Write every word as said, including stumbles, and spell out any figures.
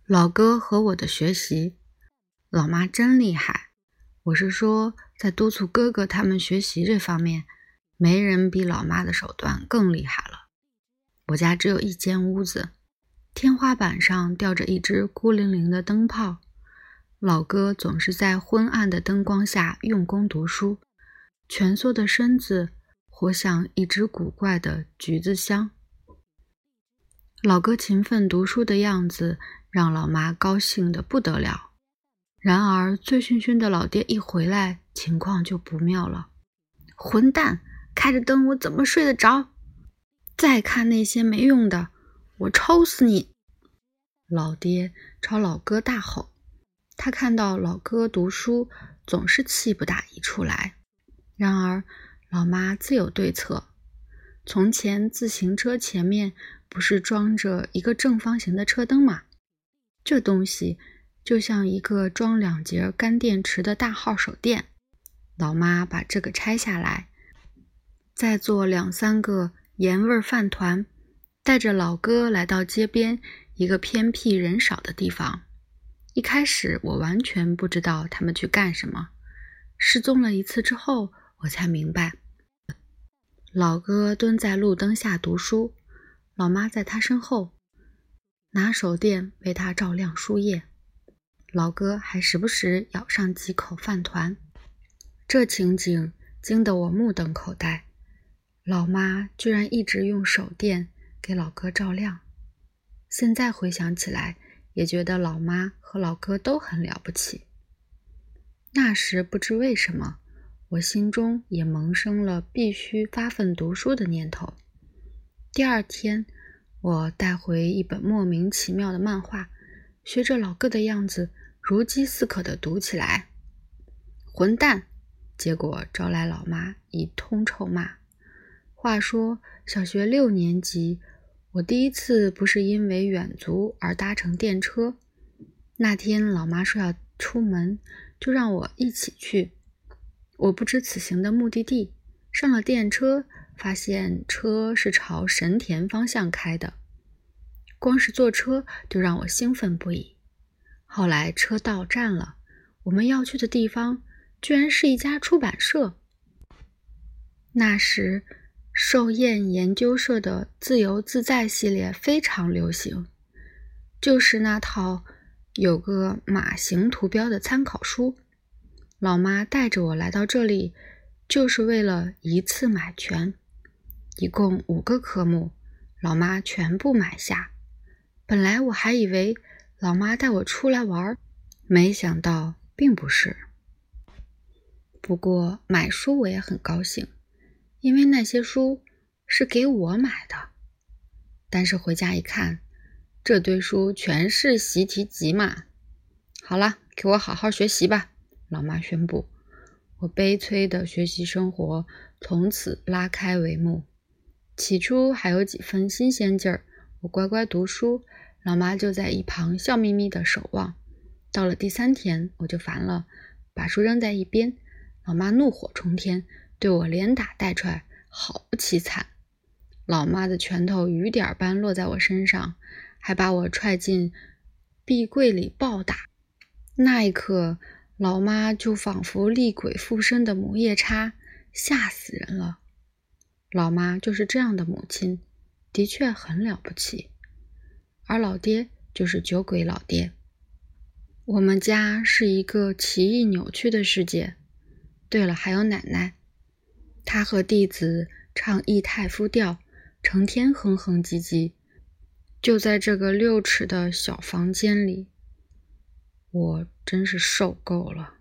老哥和我的学习，老妈真厉害。我是说，在督促哥哥他们学习这方面，没人比老妈的手段更厉害了。我家只有一间屋子，天花板上吊着一只孤零零的灯泡。老哥总是在昏暗的灯光下用功读书，蜷缩的身子活像一只古怪的橘子香。老哥勤奋读书的样子让老妈高兴得不得了。然而醉醺醺的老爹一回来，情况就不妙了。混蛋，开着灯我怎么睡得着？再看那些没用的，我抽死你！老爹朝老哥大吼。他看到老哥读书，总是气不打一处来。然而老妈自有对策。从前自行车前面不是装着一个正方形的车灯吗？这东西就像一个装两节干电池的大号手电。老妈把这个拆下来，再做两三个盐味饭团，带着老哥来到街边一个偏僻人少的地方。一开始我完全不知道他们去干什么，失踪了一次之后我才明白。老哥蹲在路灯下读书，老妈在他身后拿手电为他照亮书页。老哥还时不时咬上几口饭团。这情景惊得我目瞪口呆，老妈居然一直用手电给老哥照亮。现在回想起来，也觉得老妈和老哥都很了不起。那时不知为什么，我心中也萌生了必须发奋读书的念头。第二天，我带回一本莫名其妙的漫画，学着老哥的样子，如饥似渴地读起来。混蛋！结果招来老妈一通臭骂。话说小学六年级，我第一次不是因为远足而搭乘电车。那天老妈说要出门，就让我一起去。我不知此行的目的地，上了电车，发现车是朝神田方向开的。光是坐车就让我兴奋不已。后来车到站了，我们要去的地方居然是一家出版社。那时寿宴研究社的自由自在系列非常流行，就是那套有个马形图标的参考书。老妈带着我来到这里，就是为了一次买全。一共五个科目，老妈全部买下。本来我还以为老妈带我出来玩，没想到并不是。不过买书我也很高兴，因为那些书是给我买的。但是回家一看，这堆书全是习题集嘛。好了，给我好好学习吧，老妈宣布。我悲催的学习生活从此拉开帷幕。起初还有几分新鲜劲儿，我乖乖读书，老妈就在一旁笑眯眯的守望。到了第三天，我就烦了，把书扔在一边。老妈怒火冲天，对我连打带踹，好不凄惨。老妈的拳头雨点般落在我身上，还把我踹进壁柜里暴打。那一刻，老妈就仿佛厉鬼附身的母夜叉，吓死人了。老妈就是这样的母亲，的确很了不起。而老爹就是酒鬼老爹。我们家是一个奇异扭曲的世界。对了，还有奶奶，她和弟子唱义太夫调，成天哼哼唧唧，就在这个六尺的小房间里，我真是受够了。